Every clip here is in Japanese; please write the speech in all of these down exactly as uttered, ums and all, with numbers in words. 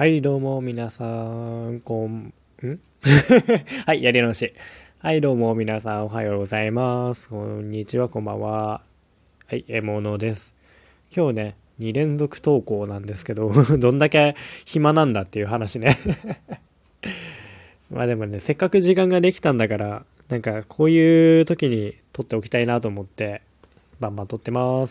はい、どうも、皆さん、こん、んはい、やり直し。はい、どうも、皆さん、おはようございます。こんにちは、こんばんは。はい、獲物です。今日ね、に連続投稿なんですけど、どんだけ暇なんだっていう話ね。まあでもね、せっかく時間ができたんだから、なんか、こういう時に撮っておきたいなと思って、バンバン撮ってます。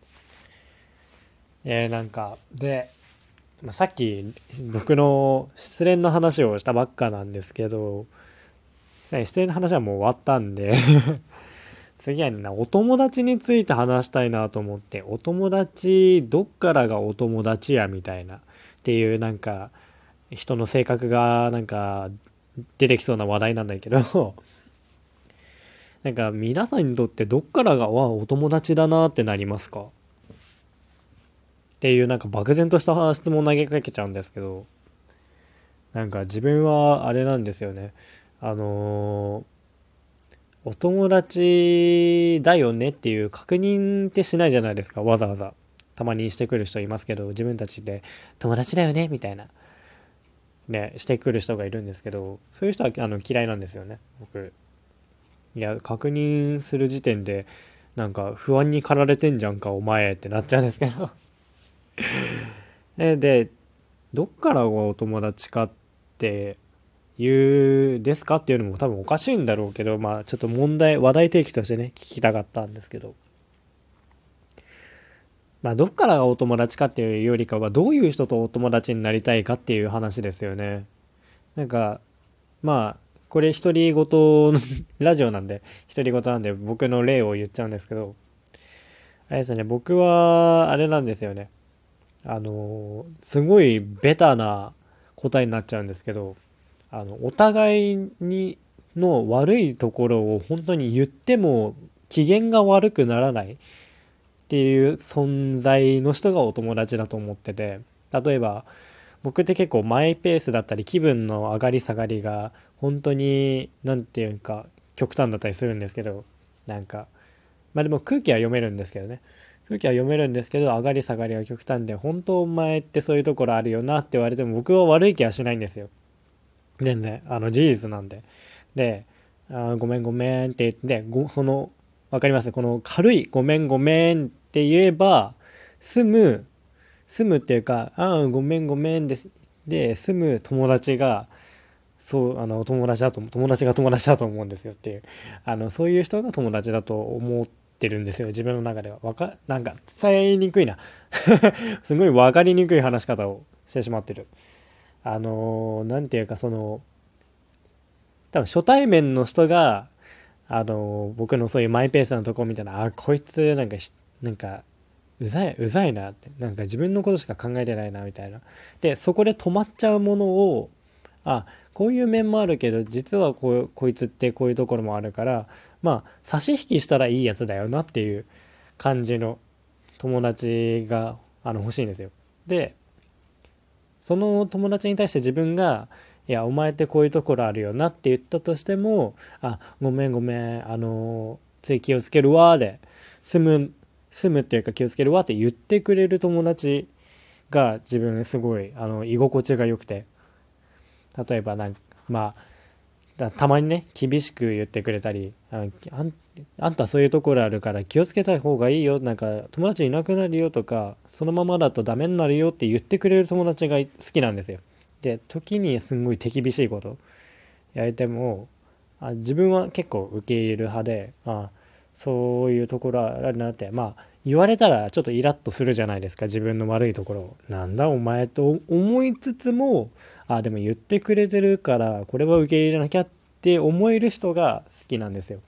えー、なんか、で、まあ、さっき僕の失恋の話をしたばっかなんですけど、失恋の話はもう終わったんで次はね、お友達について話したいなと思って、お友達、どっからがお友達やみたいな、っていうなんか、人の性格がなんか出てきそうな話題なんだけどなんか皆さんにとってどっからがわお友達だなってなりますかっていうなんか漠然とした質問投げかけちゃうんですけど、なんか自分はあれなんですよね。あのーお友達だよねっていう確認ってしないじゃないですか、わざわざ。たまにしてくる人いますけど、自分たちで友達だよねみたいな、ね、してくる人がいるんですけど、そういう人はあの嫌いなんですよね、僕。いや、確認する時点で、なんか不安に駆られてんじゃんか、お前ってなっちゃうんですけどで、でどっからがお友達かって言うですかっていうのも多分おかしいんだろうけど、まあちょっと問題、話題提起としてね、聞きたかったんですけど、まあどっからがお友達かっていうよりかは、どういう人とお友達になりたいかっていう話ですよね。なんか、まあ、これ独り言のラジオなんで、独り言なんで僕の例を言っちゃうんですけど、あれですね、僕は、あれなんですよね。あの、すごいベタな答えになっちゃうんですけど、あの、お互いにの悪いところを本当に言っても機嫌が悪くならないっていう存在の人がお友達だと思ってて、例えば僕って結構マイペースだったり気分の上がり下がりが本当になんていうか極端だったりするんですけど、なんかまあでも空気は読めるんですけどね、空気は読めるんですけど上がり下がりが極端で、本当お前ってそういうところあるよなって言われても僕は悪い気はしないんですよ、全然。あの事実なんで。で、あごめんごめんって言ってごそのわかります、この軽いごめんごめんって言えば済む、済むっていうか、ああごめんごめんですで済む友達が、そうあの友達だと友達が友達だと思うんですよっていう、あのそういう人が友達だと思ってるんですよ、自分の中では。わかなんか伝えにくいなすごい分かりにくい話し方をしてしまってる。あのーなんていうか、その多分初対面の人があの僕のそういうマイペースなとこみたいな、あこいつなんかなんかうざいうざいなって、なんか自分のことしか考えてないなみたいな、でそこで止まっちゃうものを、あこういう面もあるけど実はこうこいつってこういうところもあるから、まあ差し引きしたらいいやつだよなっていう感じの友達があの欲しいんですよ。でその友達に対して自分が「いやお前ってこういうところあるよな」って言ったとしても「あごめんごめん、あのつい気をつけるわ」で済む、済むっていうか気をつけるわって言ってくれる友達が自分すごいあの居心地が良くて、例えばなんかまあだたまにね厳しく言ってくれたり、ああんあんたそういうところあるから気をつけた方がいいよ、なんか友達いなくなるよとかそのままだとダメになるよって言ってくれる友達が好きなんですよ。で時にすんごい手厳しいことやれても、あ自分は結構受け入れる派で、あそういうところあるなって、まあ言われたらちょっとイラッとするじゃないですか、自分の悪いところを。なんだお前と思いつつも、あでも言ってくれてるからこれは受け入れなきゃって思える人が好きなんですよ。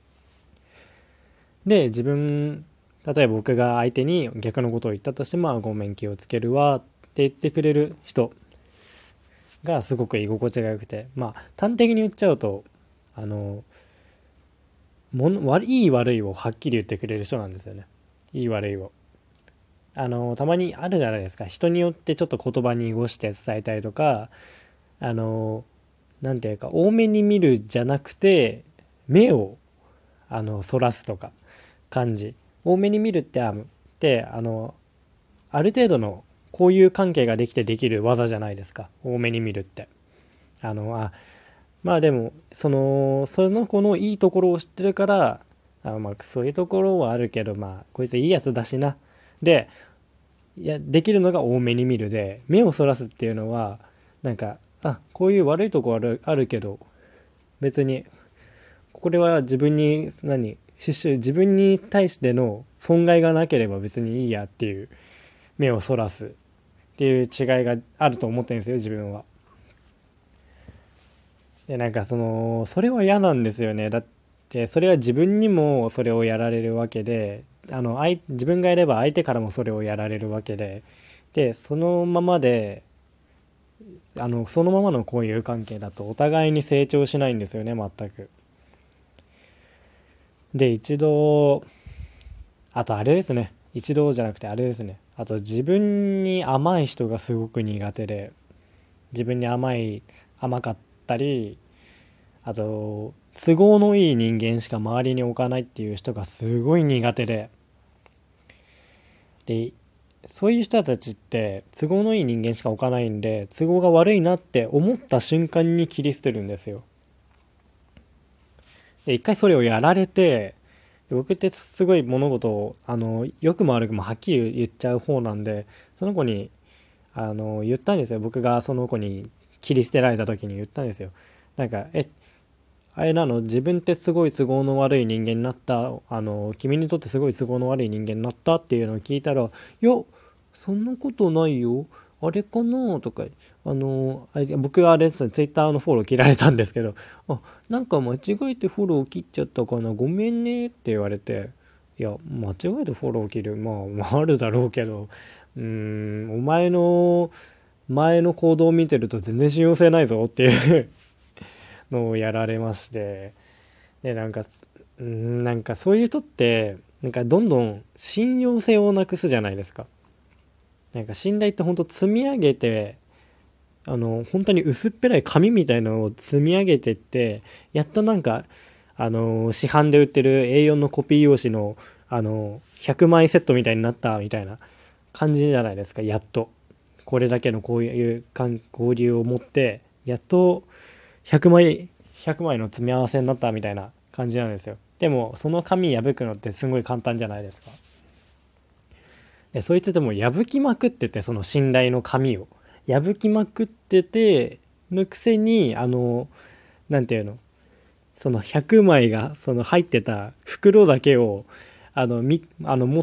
で自分、例えば僕が相手に逆のことを言ったとしても、ごめん気をつけるわって言ってくれる人がすごく居心地が良くて、まあ端的に言っちゃうと、あのもの悪いい悪いをはっきり言ってくれる人なんですよね。いい悪いを、あのたまにあるじゃないですか、人によってちょっと言葉に濁して伝えたりとか、あのなんていうか多めに見るじゃなくて目をあのそらすとか感じ、多めに見るってあってあのある程度の交友関係ができてできる技じゃないですか、多めに見るって。あのあまあでもそのその子のいいところを知ってるから、あまあそういうところはあるけど、まあこいついいやつだしな、でいやできるのが多めに見るで、目をそらすっていうのはなんか、あこういう悪いとこあるあるけど、別にこれは自分に何刺繍自分に対しての損害がなければ別にいいやっていう、目をそらすっていう違いがあると思ってるんですよ、自分は。でなんかそのそれは嫌なんですよね。だってそれは自分にもそれをやられるわけで、あの相自分がいれば相手からもそれをやられるわけで、でそのままであのそのままの交友関係だとお互いに成長しないんですよね、全く。で一度、あとあれですね、一度じゃなくてあれですね、あと自分に甘い人がすごく苦手で、自分に甘い甘かったり、あと都合のいい人間しか周りに置かないっていう人がすごい苦手で、でそういう人たちって都合のいい人間しか置かないんで、都合が悪いなって思った瞬間に切り捨てるんですよ。で一回それをやられて、僕ってすごい物事をあの良くも悪くもはっきり言っちゃう方なんで、その子にあの言ったんですよ。僕がその子に切り捨てられた時に言ったんですよ。なんかえあれなの、自分ってすごい都合の悪い人間になった、あの君にとってすごい都合の悪い人間になったっていうのを聞いたら、いやそんなことないよ、あれかなとか、あのあれ僕はあれですね、ツイッターのフォロー切られたんですけど、あなんか間違えてフォロー切っちゃったかな、ごめんねって言われて、いや間違えてフォロー切る、まあ、まあ、あるだろうけど、うーんお前の前の行動を見てると全然信用性ないぞっていうのをやられまして、でなんかうんなんかそういう人ってなんかどんどん信用性をなくすじゃないですか。なんか信頼って本当積み上げて、あの本当に薄っぺらい紙みたいなのを積み上げてって、やっとなんかあの市販で売ってる エーよん のコピー用紙のあのひゃくまいセットみたいになったみたいな感じじゃないですか。やっとこれだけのこういう交流を持ってやっとひゃくまいひゃくまいの詰め合わせになったみたいな感じなんですよ。でもその紙破くのってすごい簡単じゃないですか。でそいつでも破きまくってて、その信頼の紙を破きまくっててのくせに、あのなんていうの、そのひゃくまいがその入ってた袋だけをあのみあの持って、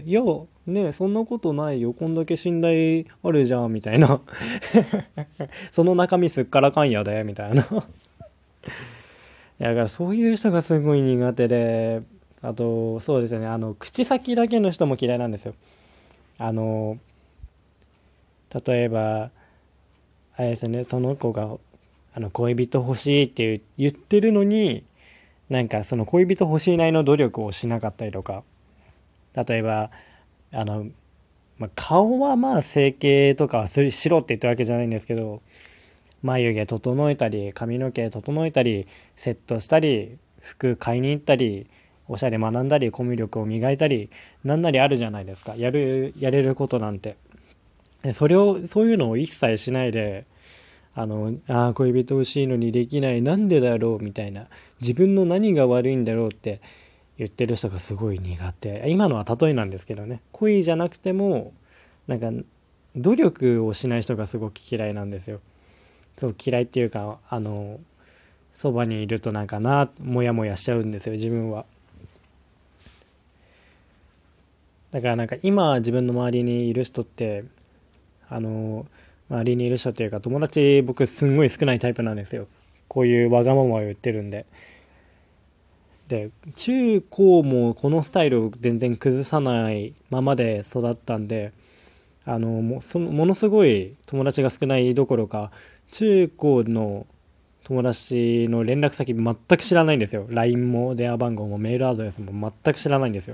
いやねそんなことないよ、こんだけ信頼あるじゃんみたいなその中身すっからかんやでみたいなだからそういう人がすごい苦手で、あとそうですよね、あの口先だけの人も嫌いなんですよ。あの例えばあれですね、その子があの恋人欲しいって言ってるのに、なんかその恋人欲しいなりの努力をしなかったりとか、例えばあの、まあ、顔はまあ整形とかはするしろって言ったわけじゃないんですけど、眉毛整えたり髪の毛整えたりセットしたり服買いに行ったりおしゃれ学んだりコミュ力を磨いたり、なんなりあるじゃないですか、やるやれることなんて。でそれをそういうのを一切しないで、あのあー恋人欲しいのにできない、なんでだろうみたいな、自分の何が悪いんだろうって言ってる人がすごい苦手。今のは例えなんですけどね、恋じゃなくてもなんか努力をしない人がすごく嫌いなんですよ。そう嫌いっていうか、あのそばにいるとなんかなモヤモヤしちゃうんですよ、自分は。だからなんか今自分の周りにいる人って、あの周りにいる人っていうか友達僕すんごい少ないタイプなんですよ。こういうわがままを言ってるんで。で中高もこのスタイルを全然崩さないままで育ったんで、あのもそものすごい友達が少ないどころか、中高の友達の連絡先全く知らないんですよ。 ライン も電話番号もメールアドレスも全く知らないんですよ。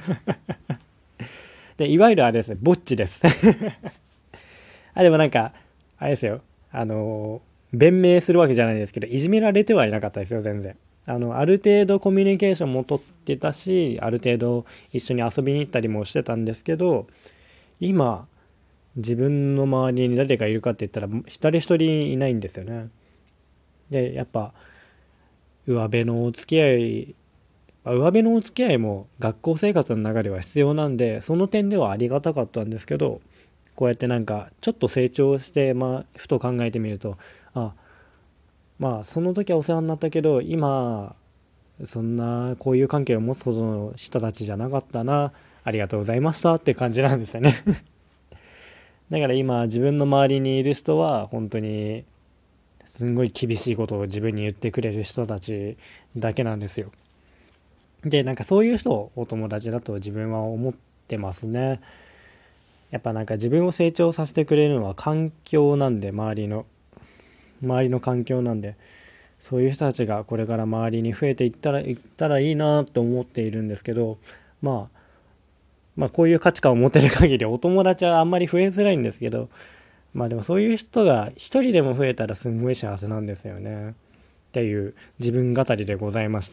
でいわゆるあれですね、ぼっちですあでもなんかあれですよ、あの弁明するわけじゃないですけど、いじめられてはいなかったですよ、全然。あのある程度コミュニケーションも取ってたし、ある程度一緒に遊びに行ったりもしてたんですけど、今自分の周りに誰がいるかって言ったら一人一人いないんですよね。でやっぱ上辺のお付き合い上辺のお付き合いも学校生活の中では必要なんで、その点ではありがたかったんですけど、こうやってなんかちょっと成長して、まあふと考えてみると、あ、まあその時はお世話になったけど今そんなこういう関係を持つほどの人たちじゃなかったな、ありがとうございましたって感じなんですよね。だから今自分の周りにいる人は本当にすんごい厳しいことを自分に言ってくれる人たちだけなんですよ。でなんかそういう人をお友達だと自分は思ってますね。やっぱなんか自分を成長させてくれるのは環境なんで、周りの周りの環境なんで、そういう人たちがこれから周りに増えていったらいったらいいなと思っているんですけど、まあまあこういう価値観を持ってる限りお友達はあんまり増えづらいんですけど、まあでもそういう人が一人でも増えたらすんごい幸せなんですよねっていう自分語りでございました。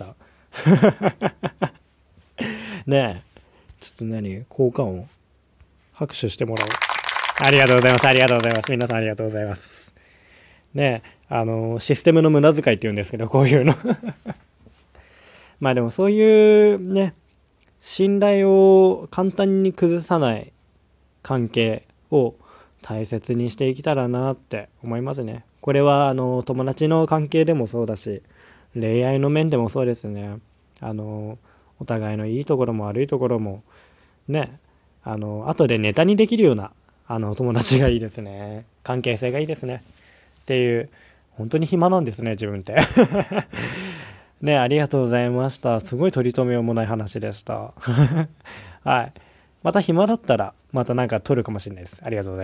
ねえ、ちょっと何効果音拍手してもらおう。ありがとうございます。ありがとうございます。皆さんありがとうございます。ねえ、あのシステムの無駄遣いって言うんですけど、こういうの。まあでもそういうね、信頼を簡単に崩さない関係を大切にしていけたらなって思いますね。これはあの友達の関係でもそうだし、恋愛の面でもそうですね。あのお互いのいいところも悪いところもね、あの後でネタにできるようなあの友達がいいですね。関係性がいいですねっていう。本当に暇なんですね自分って。ね、ありがとうございました。すごい取り留めようもない話でした。はい。また暇だったらまたなんか撮るかもしれないです。ありがとうございます。